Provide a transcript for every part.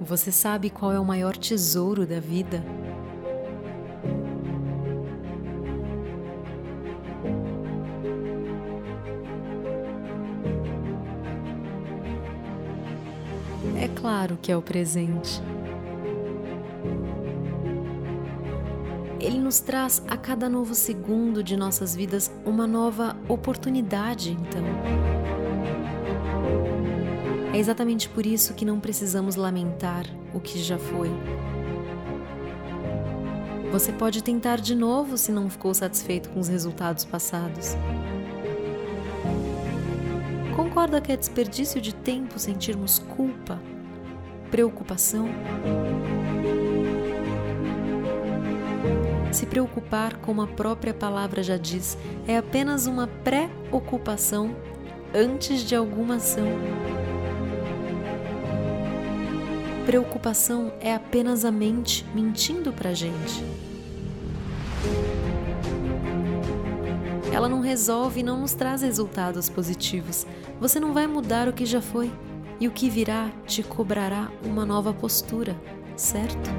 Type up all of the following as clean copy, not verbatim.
Você sabe qual é o maior tesouro da vida? É claro que é o presente. Ele nos traz a cada novo segundo de nossas vidas uma nova oportunidade, então. É exatamente por isso que não precisamos lamentar o que já foi. Você pode tentar de novo se não ficou satisfeito com os resultados passados. Concorda que é desperdício de tempo sentirmos culpa, preocupação? Se preocupar, como a própria palavra já diz, é apenas uma pré-ocupação antes de alguma ação. Preocupação é apenas a mente mentindo pra gente. Ela não resolve e não nos traz resultados positivos. Você não vai mudar o que já foi, e o que virá te cobrará uma nova postura, certo?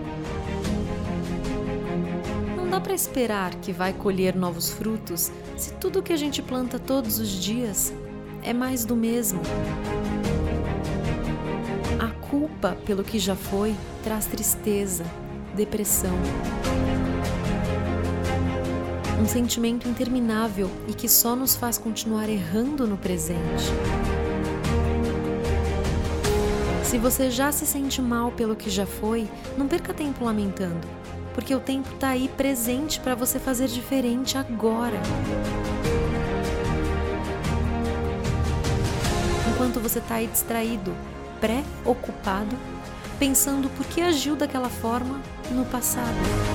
Não dá para esperar que vai colher novos frutos se tudo que a gente planta todos os dias é mais do mesmo. A culpa pelo que já foi traz tristeza, depressão. Um sentimento interminável e que só nos faz continuar errando no presente. Se você já se sente mal pelo que já foi, não perca tempo lamentando, porque o tempo está aí presente para você fazer diferente agora. Enquanto você está aí distraído, pré-ocupado, pensando por que agiu daquela forma no passado.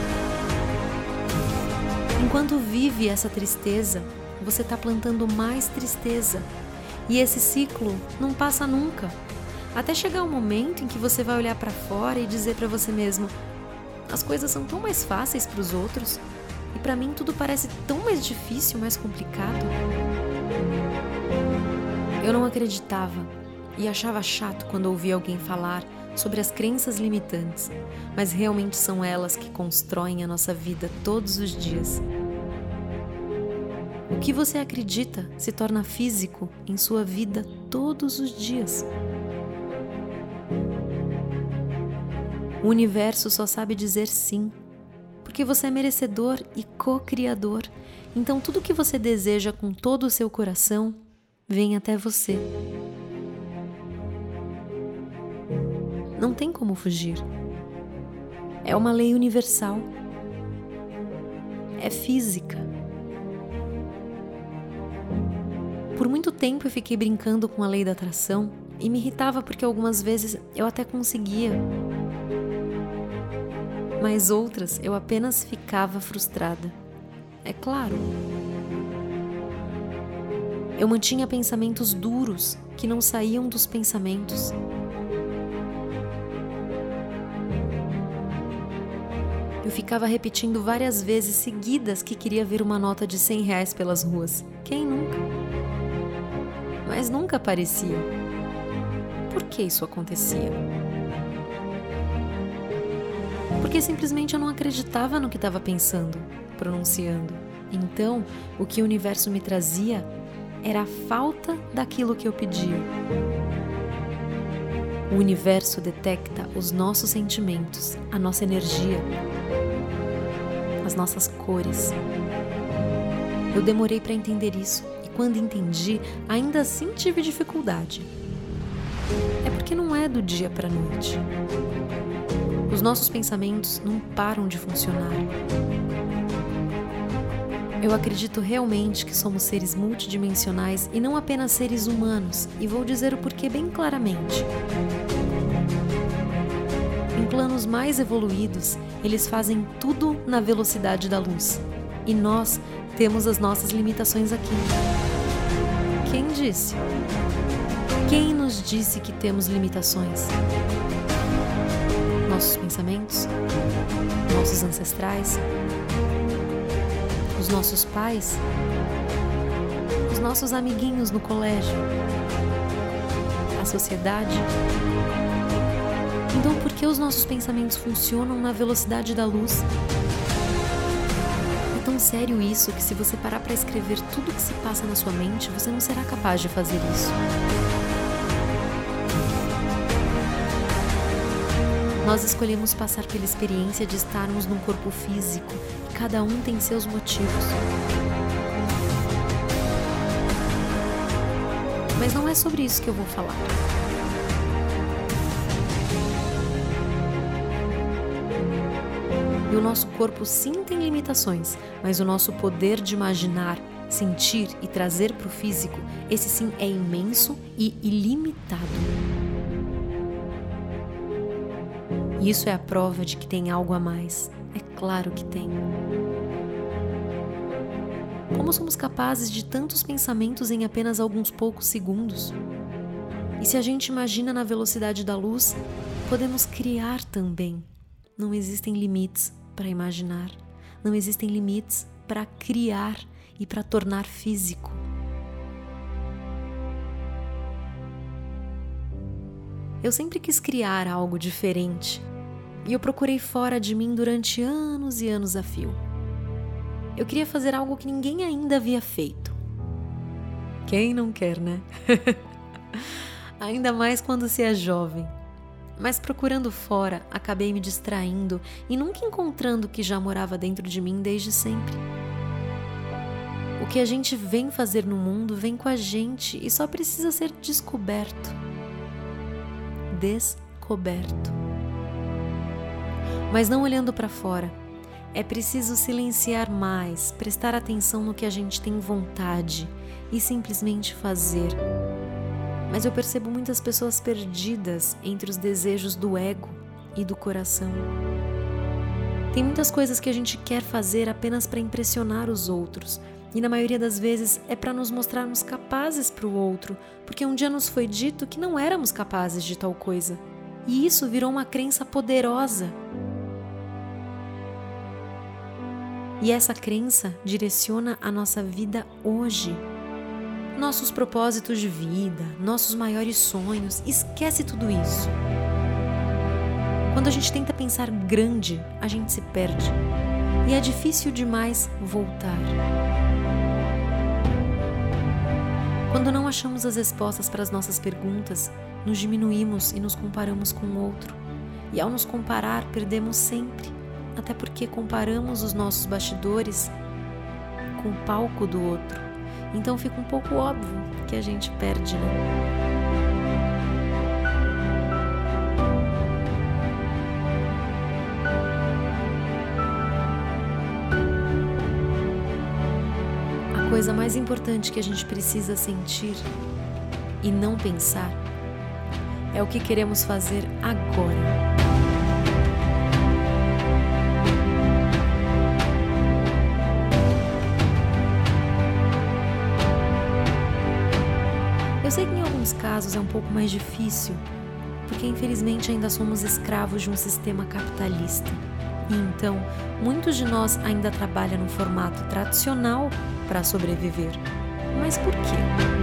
Enquanto vive essa tristeza, você está plantando mais tristeza. E esse ciclo não passa nunca. Até chegar o momento em que você vai olhar para fora e dizer para você mesmo: as coisas são tão mais fáceis para os outros e para mim tudo parece tão mais difícil, mais complicado. Eu não acreditava e achava chato quando ouvia alguém falar sobre as crenças limitantes, mas realmente são elas que constroem a nossa vida todos os dias. O que você acredita se torna físico em sua vida todos os dias. O universo só sabe dizer sim, porque você é merecedor e co-criador. Então tudo que você deseja com todo o seu coração vem até você. Não tem como fugir. É uma lei universal. É física. Por muito tempo eu fiquei brincando com a lei da atração e me irritava porque algumas vezes eu até conseguia. Mas outras eu apenas ficava frustrada. É claro. Eu mantinha pensamentos duros que não saíam dos pensamentos. Eu ficava repetindo várias vezes seguidas que queria ver uma nota de R$100 pelas ruas. Quem nunca? Mas nunca aparecia. Por que isso acontecia? Porque simplesmente eu não acreditava no que estava pensando, pronunciando. Então, o que o universo me trazia era a falta daquilo que eu pedia. O universo detecta os nossos sentimentos, a nossa energia, as nossas cores. Eu demorei para entender isso e quando entendi, ainda assim tive dificuldade. É porque não é do dia para a noite. Os nossos pensamentos não param de funcionar. Eu acredito realmente que somos seres multidimensionais e não apenas seres humanos, e vou dizer o porquê bem claramente. Em planos mais evoluídos, eles fazem tudo na velocidade da luz. E nós temos as nossas limitações aqui. Quem disse? Quem nos disse que temos limitações? Nossos pensamentos? Nossos ancestrais? Os nossos pais? Os nossos amiguinhos no colégio? A sociedade? Então, por que os nossos pensamentos funcionam na velocidade da luz? É tão sério isso que se você parar para escrever tudo o que se passa na sua mente, você não será capaz de fazer isso. Nós escolhemos passar pela experiência de estarmos num corpo físico e cada um tem seus motivos. Mas não é sobre isso que eu vou falar. E o nosso corpo sim tem limitações, mas o nosso poder de imaginar, sentir e trazer para o físico, esse sim é imenso e ilimitado. E isso é a prova de que tem algo a mais. É claro que tem. Como somos capazes de tantos pensamentos em apenas alguns poucos segundos? E se a gente imagina na velocidade da luz, podemos criar também. Não existem limites para imaginar, não existem limites para criar e para tornar físico. Eu sempre quis criar algo diferente e eu procurei fora de mim durante anos e anos a fio. Eu queria fazer algo que ninguém ainda havia feito. Quem não quer, né? Ainda mais quando se é jovem. Mas procurando fora, acabei me distraindo e nunca encontrando o que já morava dentro de mim desde sempre. O que a gente vem fazer no mundo vem com a gente e só precisa ser descoberto. Descoberto. Mas não olhando para fora. É preciso silenciar mais, prestar atenção no que a gente tem vontade e simplesmente fazer. Mas eu percebo muitas pessoas perdidas entre os desejos do ego e do coração. Tem muitas coisas que a gente quer fazer apenas para impressionar os outros, e na maioria das vezes é para nos mostrarmos capazes para o outro, porque um dia nos foi dito que não éramos capazes de tal coisa. E isso virou uma crença poderosa. E essa crença direciona a nossa vida hoje. Nossos propósitos de vida, nossos maiores sonhos, esquece tudo isso. Quando a gente tenta pensar grande, a gente se perde. E é difícil demais voltar. Quando não achamos as respostas para as nossas perguntas, nos diminuímos e nos comparamos com o outro. E ao nos comparar, perdemos sempre. Até porque comparamos os nossos bastidores com o palco do outro. Então fica um pouco óbvio que a gente perde, né? A coisa mais importante que a gente precisa sentir e não pensar é o que queremos fazer agora. Eu sei que em alguns casos é um pouco mais difícil, porque infelizmente ainda somos escravos de um sistema capitalista. E então, muitos de nós ainda trabalham no formato tradicional para sobreviver. Mas por quê?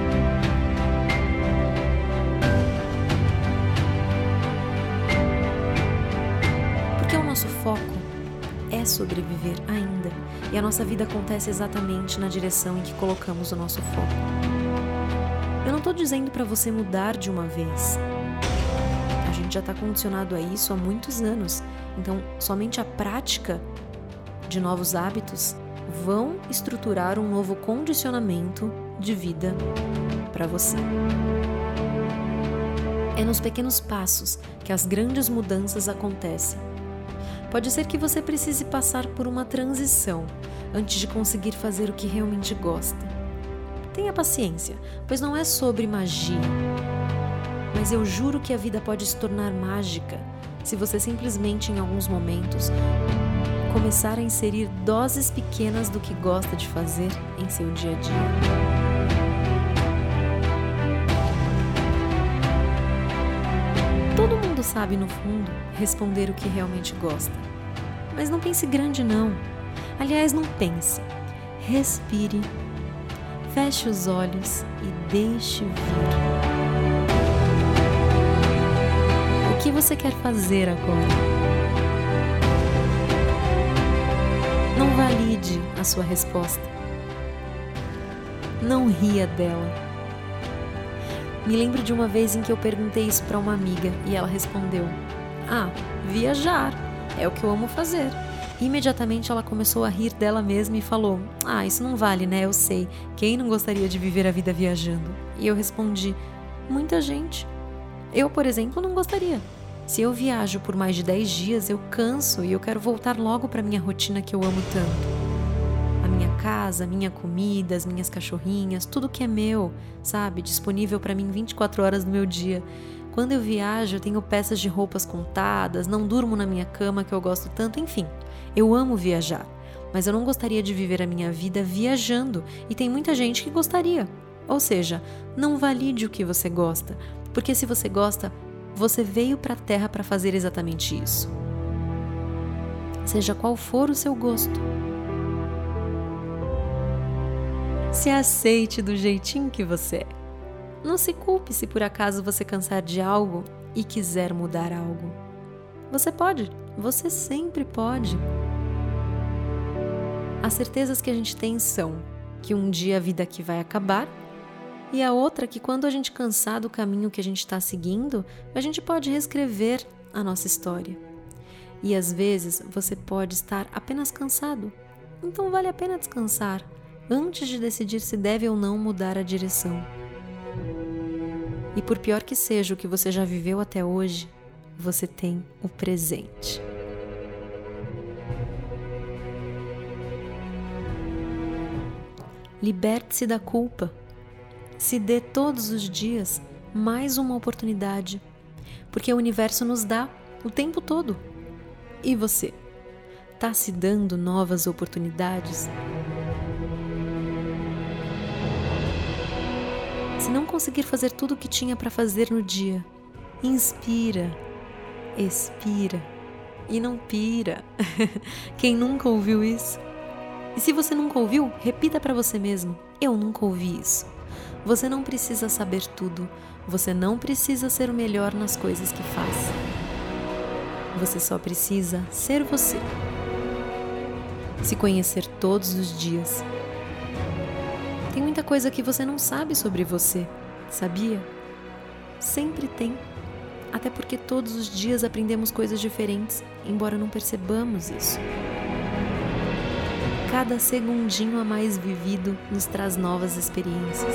Porque o nosso foco é sobreviver ainda, e a nossa vida acontece exatamente na direção em que colocamos o nosso foco. Eu não estou dizendo para você mudar de uma vez. A gente já está condicionado a isso há muitos anos. Então, somente a prática de novos hábitos vão estruturar um novo condicionamento de vida para você. É nos pequenos passos que as grandes mudanças acontecem. Pode ser que você precise passar por uma transição antes de conseguir fazer o que realmente gosta. Tenha paciência, pois não é sobre magia. Mas eu juro que a vida pode se tornar mágica se você simplesmente, em alguns momentos, começar a inserir doses pequenas do que gosta de fazer em seu dia a dia. Todo mundo sabe, no fundo, responder o que realmente gosta. Mas não pense grande, não. Aliás, não pense. Respire. Feche os olhos e deixe vir. O que que você quer fazer agora? Não valide a sua resposta. Não ria dela. Me lembro de uma vez em que eu perguntei isso para uma amiga e ela respondeu: viajar, é o que eu amo fazer. Imediatamente ela começou a rir dela mesma e falou: isso não vale, né? Eu sei. Quem não gostaria de viver a vida viajando? E eu respondi: muita gente. Eu, por exemplo, não gostaria. Se eu viajo por mais de 10 dias, eu canso e eu quero voltar logo para minha rotina que eu amo tanto. A minha casa, a minha comida, as minhas cachorrinhas, tudo que é meu, sabe? Disponível para mim 24 horas do meu dia. Quando eu viajo, eu tenho peças de roupas contadas, não durmo na minha cama que eu gosto tanto, enfim. Eu amo viajar, mas eu não gostaria de viver a minha vida viajando e tem muita gente que gostaria. Ou seja, não valide o que você gosta, porque se você gosta, você veio para a Terra para fazer exatamente isso. Seja qual for o seu gosto. Se aceite do jeitinho que você é. Não se culpe se por acaso você cansar de algo e quiser mudar algo. Você pode, você sempre pode. As certezas que a gente tem são que um dia a vida aqui vai acabar e a outra que quando a gente cansar do caminho que a gente está seguindo, a gente pode reescrever a nossa história. E às vezes você pode estar apenas cansado, então vale a pena descansar antes de decidir se deve ou não mudar a direção. E por pior que seja o que você já viveu até hoje, você tem o presente. Liberte-se da culpa. Se dê todos os dias mais uma oportunidade, porque o universo nos dá o tempo todo. E você? Tá se dando novas oportunidades? Se não conseguir fazer tudo o que tinha para fazer no dia, inspira, expira e não pira. Quem nunca ouviu isso? E se você nunca ouviu, repita para você mesmo: eu nunca ouvi isso. Você não precisa saber tudo. Você não precisa ser o melhor nas coisas que faz. Você só precisa ser você. Se conhecer todos os dias. Tem muita coisa que você não sabe sobre você, sabia? Sempre tem. Até porque todos os dias aprendemos coisas diferentes, embora não percebamos isso. Cada segundinho a mais vivido nos traz novas experiências.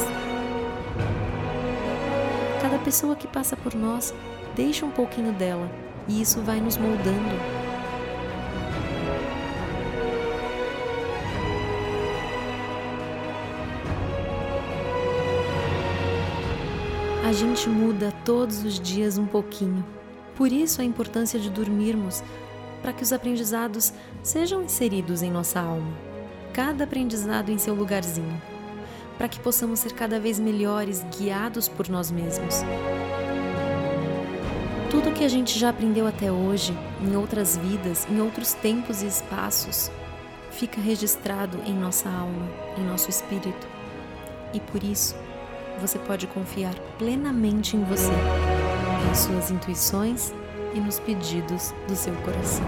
Cada pessoa que passa por nós deixa um pouquinho dela e isso vai nos moldando. A gente muda todos os dias um pouquinho. Por isso a importância de dormirmos, para que os aprendizados sejam inseridos em nossa alma. Cada aprendizado em seu lugarzinho. Para que possamos ser cada vez melhores, guiados por nós mesmos. Tudo que a gente já aprendeu até hoje, em outras vidas, em outros tempos e espaços, fica registrado em nossa alma, em nosso espírito. E por isso, você pode confiar plenamente em você, em suas intuições e nos pedidos do seu coração.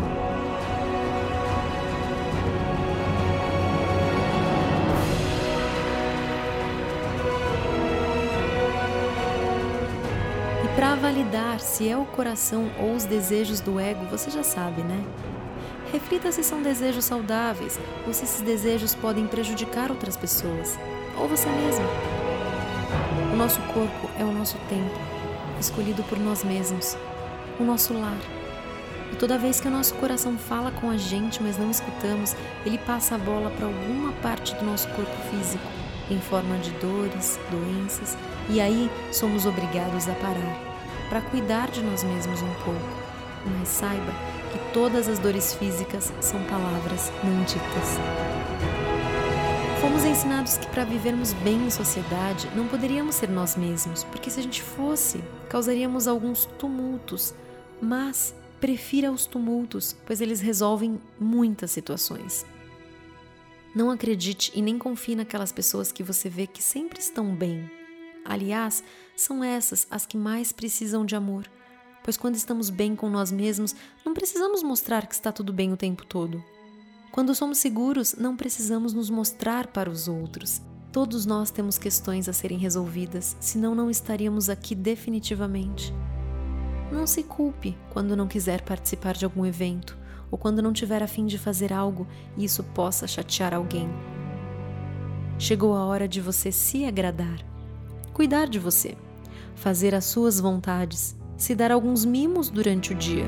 E para validar se é o coração ou os desejos do ego, você já sabe, né? Reflita se são desejos saudáveis ou se esses desejos podem prejudicar outras pessoas, ou você mesmo. O nosso corpo é o nosso templo, escolhido por nós mesmos, o nosso lar. E toda vez que o nosso coração fala com a gente, mas não escutamos, ele passa a bola para alguma parte do nosso corpo físico, em forma de dores, doenças, e aí somos obrigados a parar, para cuidar de nós mesmos um pouco. Mas saiba que todas as dores físicas são palavras não ditas. Fomos ensinados que para vivermos bem em sociedade não poderíamos ser nós mesmos, porque se a gente fosse, causaríamos alguns tumultos. Mas prefira os tumultos, pois eles resolvem muitas situações. Não acredite e nem confie naquelas pessoas que você vê que sempre estão bem. Aliás, são essas as que mais precisam de amor, pois quando estamos bem com nós mesmos, não precisamos mostrar que está tudo bem o tempo todo. Quando somos seguros, não precisamos nos mostrar para os outros. Todos nós temos questões a serem resolvidas, senão não estaríamos aqui definitivamente. Não se culpe quando não quiser participar de algum evento, ou quando não tiver a fim de fazer algo e isso possa chatear alguém. Chegou a hora de você se agradar, cuidar de você, fazer as suas vontades, se dar alguns mimos durante o dia.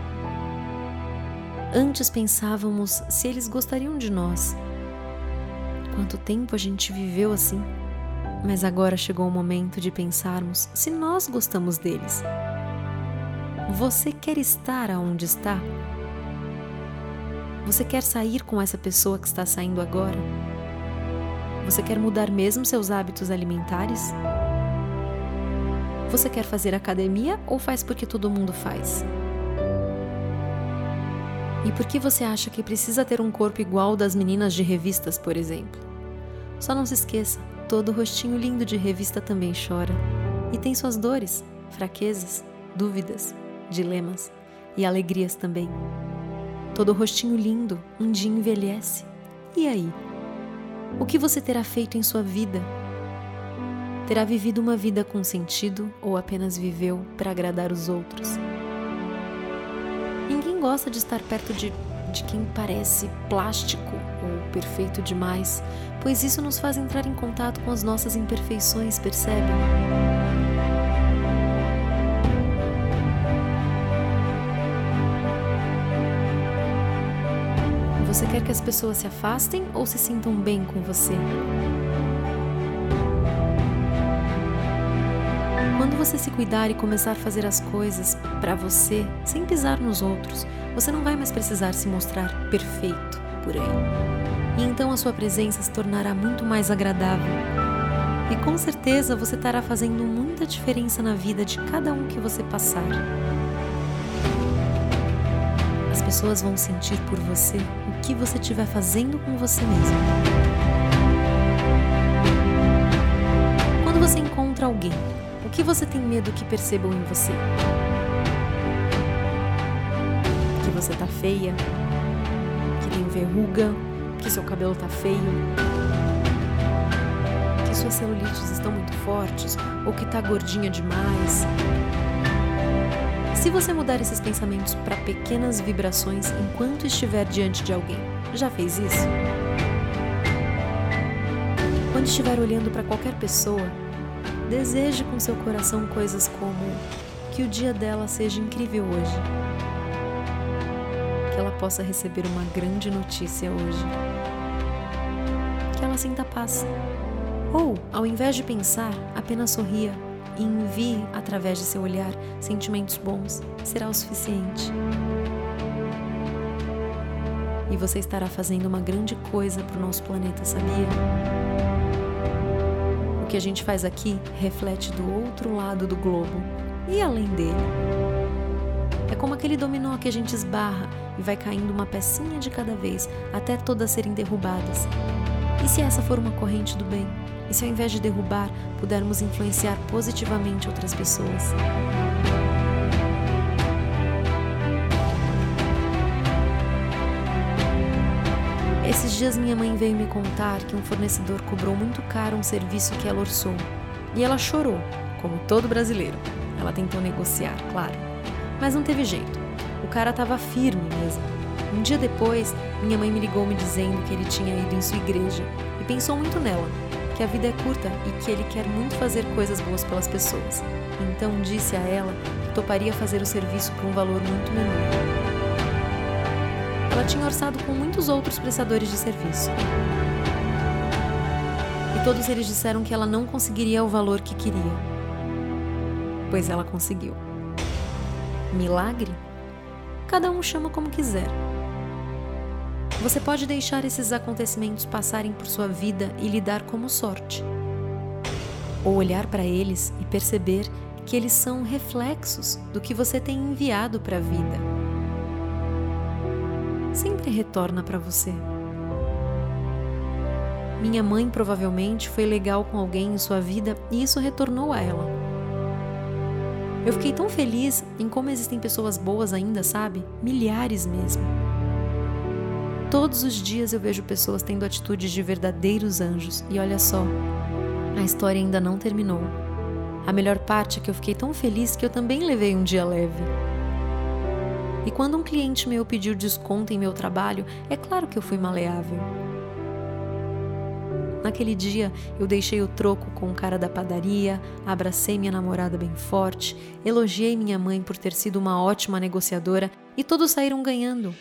Antes pensávamos se eles gostariam de nós. Quanto tempo a gente viveu assim? Mas agora chegou o momento de pensarmos se nós gostamos deles. Você quer estar aonde está? Você quer sair com essa pessoa que está saindo agora? Você quer mudar mesmo seus hábitos alimentares? Você quer fazer academia ou faz porque todo mundo faz? E por que você acha que precisa ter um corpo igual ao das meninas de revistas, por exemplo? Só não se esqueça, todo rostinho lindo de revista também chora. E tem suas dores, fraquezas, dúvidas, dilemas e alegrias também. Todo rostinho lindo um dia envelhece. E aí? O que você terá feito em sua vida? Terá vivido uma vida com sentido ou apenas viveu para agradar os outros? Ninguém gosta de estar perto de quem parece plástico ou perfeito demais, pois isso nos faz entrar em contato com as nossas imperfeições, percebe? Você quer que as pessoas se afastem ou se sintam bem com você? Quando você se cuidar e começar a fazer as coisas para você, sem pisar nos outros, você não vai mais precisar se mostrar perfeito por aí. E então a sua presença se tornará muito mais agradável. E com certeza você estará fazendo muita diferença na vida de cada um que você passar. As pessoas vão sentir por você o que você estiver fazendo com você mesmo. Quando você encontra alguém, o que você tem medo que percebam em você? Que você tá feia? Que tem verruga? Que seu cabelo tá feio? Que suas celulites estão muito fortes? Ou que tá gordinha demais? Se você mudar esses pensamentos para pequenas vibrações enquanto estiver diante de alguém, já fez isso? Quando estiver olhando para qualquer pessoa, deseje com seu coração coisas como que o dia dela seja incrível hoje, que ela possa receber uma grande notícia hoje, que ela sinta paz. Ou, ao invés de pensar, apenas sorria e envie, através de seu olhar, sentimentos bons, será o suficiente. E você estará fazendo uma grande coisa para o nosso planeta, sabia? O que a gente faz aqui reflete do outro lado do globo e além dele. É como aquele dominó que a gente esbarra e vai caindo uma pecinha de cada vez até todas serem derrubadas. E se essa for uma corrente do bem? E se ao invés de derrubar, pudermos influenciar positivamente outras pessoas? Esses dias minha mãe veio me contar que um fornecedor cobrou muito caro um serviço que ela orçou. E ela chorou, como todo brasileiro. Ela tentou negociar, claro. Mas não teve jeito. O cara estava firme mesmo. Um dia depois, minha mãe me ligou me dizendo que ele tinha ido em sua igreja e pensou muito nela, que a vida é curta e que ele quer muito fazer coisas boas pelas pessoas. Então disse a ela que toparia fazer o serviço por um valor muito menor. Ela tinha orçado com muitos outros prestadores de serviço. E todos eles disseram que ela não conseguiria o valor que queria. Pois ela conseguiu. Milagre? Cada um chama como quiser. Você pode deixar esses acontecimentos passarem por sua vida e lidar como sorte. Ou olhar para eles e perceber que eles são reflexos do que você tem enviado para a vida. Sempre retorna para você. Minha mãe provavelmente foi legal com alguém em sua vida e isso retornou a ela. Eu fiquei tão feliz em como existem pessoas boas ainda, sabe? Milhares mesmo. Todos os dias eu vejo pessoas tendo atitudes de verdadeiros anjos. E olha só, a história ainda não terminou. A melhor parte é que eu fiquei tão feliz que eu também levei um dia leve. E quando um cliente meu pediu desconto em meu trabalho, é claro que eu fui maleável. Naquele dia, eu deixei o troco com o cara da padaria, abracei minha namorada bem forte, elogiei minha mãe por ter sido uma ótima negociadora e todos saíram ganhando.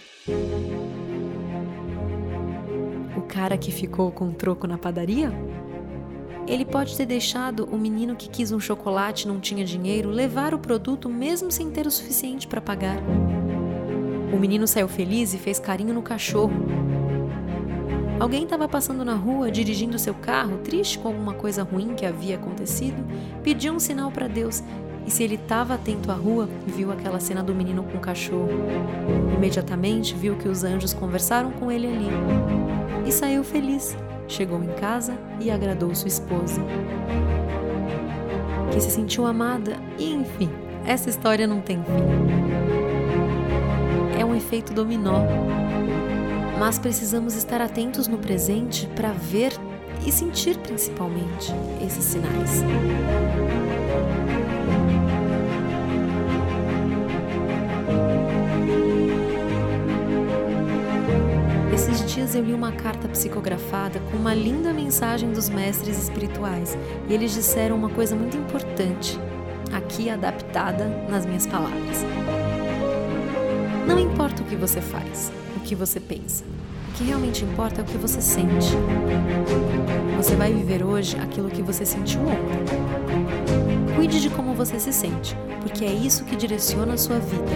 O cara que ficou com o troco na padaria? Ele pode ter deixado o menino que quis um chocolate e não tinha dinheiro levar o produto mesmo sem ter o suficiente para pagar. O menino saiu feliz e fez carinho no cachorro. Alguém estava passando na rua, dirigindo seu carro, triste com alguma coisa ruim que havia acontecido, pediu um sinal para Deus. E se ele estava atento à rua, viu aquela cena do menino com o cachorro. Imediatamente viu que os anjos conversaram com ele ali. E saiu feliz. Chegou em casa e agradou sua esposa, que se sentiu amada. E enfim, essa história não tem fim. É um efeito dominó. Mas precisamos estar atentos no presente para ver e sentir principalmente esses sinais. Esses dias eu li uma carta psicografada com uma linda mensagem dos mestres espirituais e eles disseram uma coisa muito importante, aqui adaptada nas minhas palavras. Não importa o que você faz, o que você pensa. O que realmente importa é o que você sente. Você vai viver hoje aquilo que você sentiu ontem. Cuide de como você se sente, porque é isso que direciona a sua vida.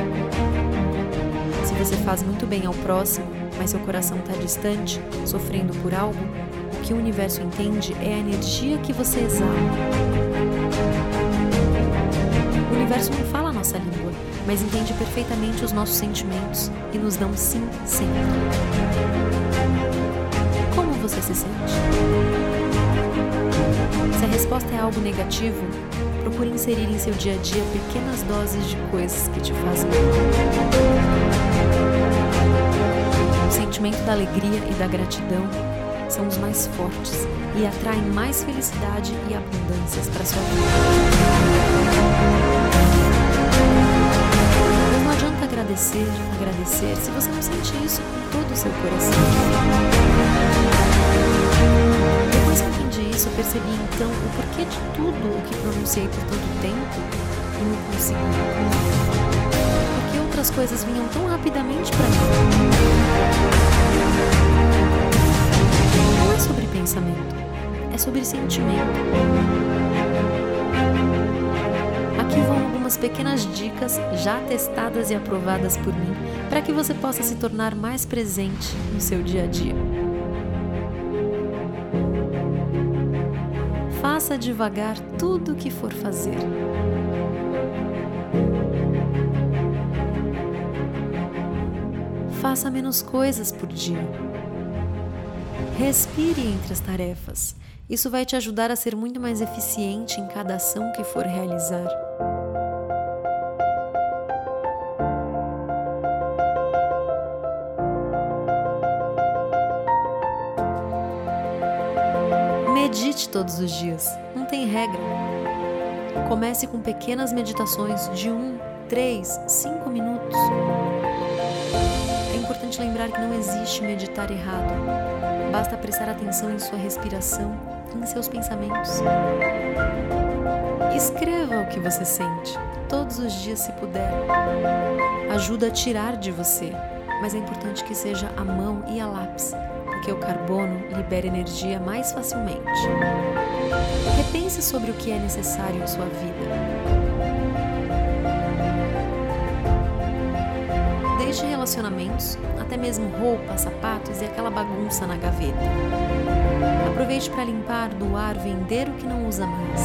Se você faz muito bem ao próximo, mas seu coração está distante, sofrendo por algo, o que o universo entende é a energia que você exala. O universo não fala a nossa língua, mas entende perfeitamente os nossos sentimentos e nos dá um sim sempre. Como você se sente? Se a resposta é algo negativo, procure inserir em seu dia a dia pequenas doses de coisas que te fazem bem. O sentimento da alegria e da gratidão são os mais fortes e atraem mais felicidade e abundâncias para sua vida. Mas não adianta agradecer se você não sente isso com todo o seu coração. Depois que eu entendi isso, eu percebi então o porquê de tudo o que pronunciei por tanto tempo e não consegui. Porque outras coisas vinham tão rapidamente para mim. Não é sobre pensamento, é sobre sentimento. Aqui vão algumas pequenas dicas já testadas e aprovadas por mim para que você possa se tornar mais presente no seu dia a dia. Faça devagar tudo o que for fazer. Faça menos coisas por dia. Respire entre as tarefas. Isso vai te ajudar a ser muito mais eficiente em cada ação que for realizar. Medite todos os dias, não tem regra. Comece com pequenas meditações de 1, 3, 5 minutos. É importante lembrar que não existe meditar errado. Basta prestar atenção em sua respiração e em seus pensamentos. Escreva o que você sente, todos os dias se puder. Ajuda a tirar de você, mas é importante que seja a mão e a lápis, porque o carbono libera energia mais facilmente. Repense sobre o que é necessário em sua vida. Desde relacionamentos, até mesmo roupas, sapatos e aquela bagunça na gaveta. Aproveite para limpar, doar, vender o que não usa mais.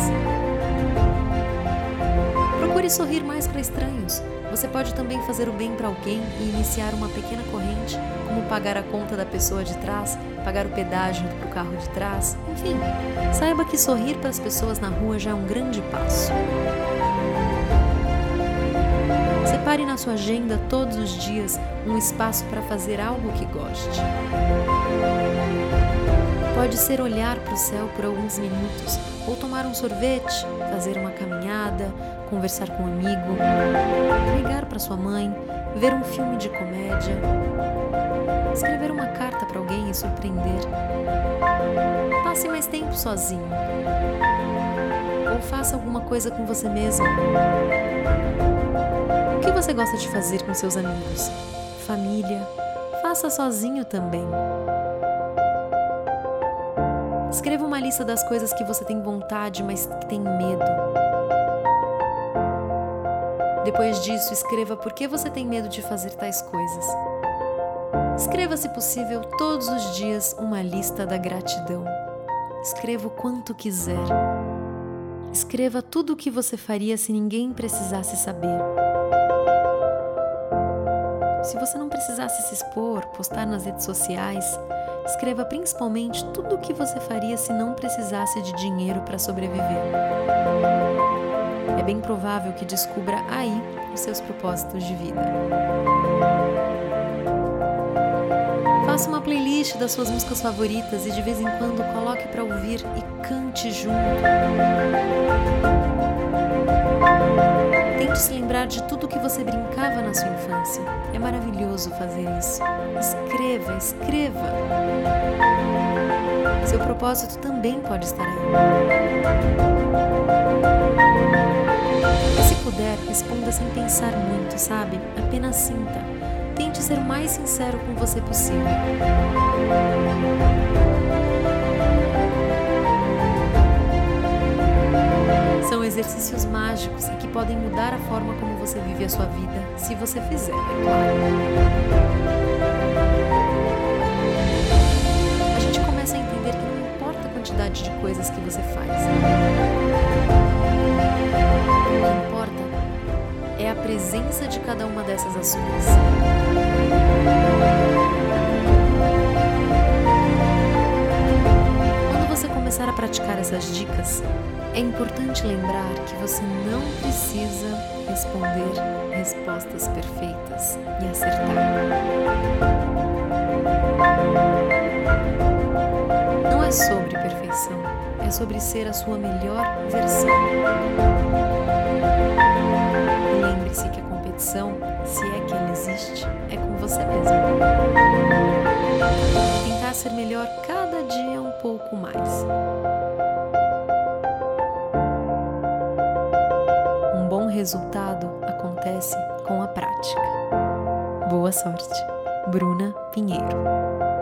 Procure sorrir mais para estranhos. Você pode também fazer o bem para alguém e iniciar uma pequena corrente, como pagar a conta da pessoa de trás, pagar o pedágio para o carro de trás. Enfim, saiba que sorrir para as pessoas na rua já é um grande passo. Separe na sua agenda todos os dias um espaço para fazer algo que goste. Pode ser olhar para o céu por alguns minutos, ou tomar um sorvete, fazer uma caminhada, conversar com um amigo, ligar para sua mãe, ver um filme de comédia, escrever uma carta para alguém e surpreender. Passe mais tempo sozinho. Ou faça alguma coisa com você mesmo. O que você gosta de fazer com seus amigos? Família? Faça sozinho também. Escreva uma lista das coisas que você tem vontade, mas que tem medo. Depois disso, escreva por que você tem medo de fazer tais coisas. Escreva, se possível, todos os dias uma lista da gratidão. Escreva o quanto quiser. Escreva tudo o que você faria se ninguém precisasse saber. Se você não precisasse se expor, postar nas redes sociais, escreva principalmente tudo o que você faria se não precisasse de dinheiro para sobreviver. É bem provável que descubra aí os seus propósitos de vida. Faça uma playlist das suas músicas favoritas e de vez em quando coloque para ouvir e cante junto. Tente se lembrar de tudo que você brincava na sua infância. É maravilhoso fazer isso. Escreva, escreva. Seu propósito também pode estar aí. E se puder, responda sem pensar muito, sabe? Apenas sinta. Tente ser o mais sincero com você possível. São exercícios mágicos e que podem mudar a forma como você vive a sua vida, se você fizer, é claro. A gente começa a entender que não importa a quantidade de coisas que você faz. O que importa é a presença de cada uma dessas ações. Quando você começar a praticar essas dicas, é importante lembrar que você não precisa responder respostas perfeitas e acertar. Não é sobre perfeição, é sobre ser a sua melhor versão. Lembre-se que a competição, se é que ela existe, é com você mesmo. Tentar ser melhor cada dia um pouco mais. Um bom resultado acontece com a prática. Boa sorte. Bruna Pinheiro.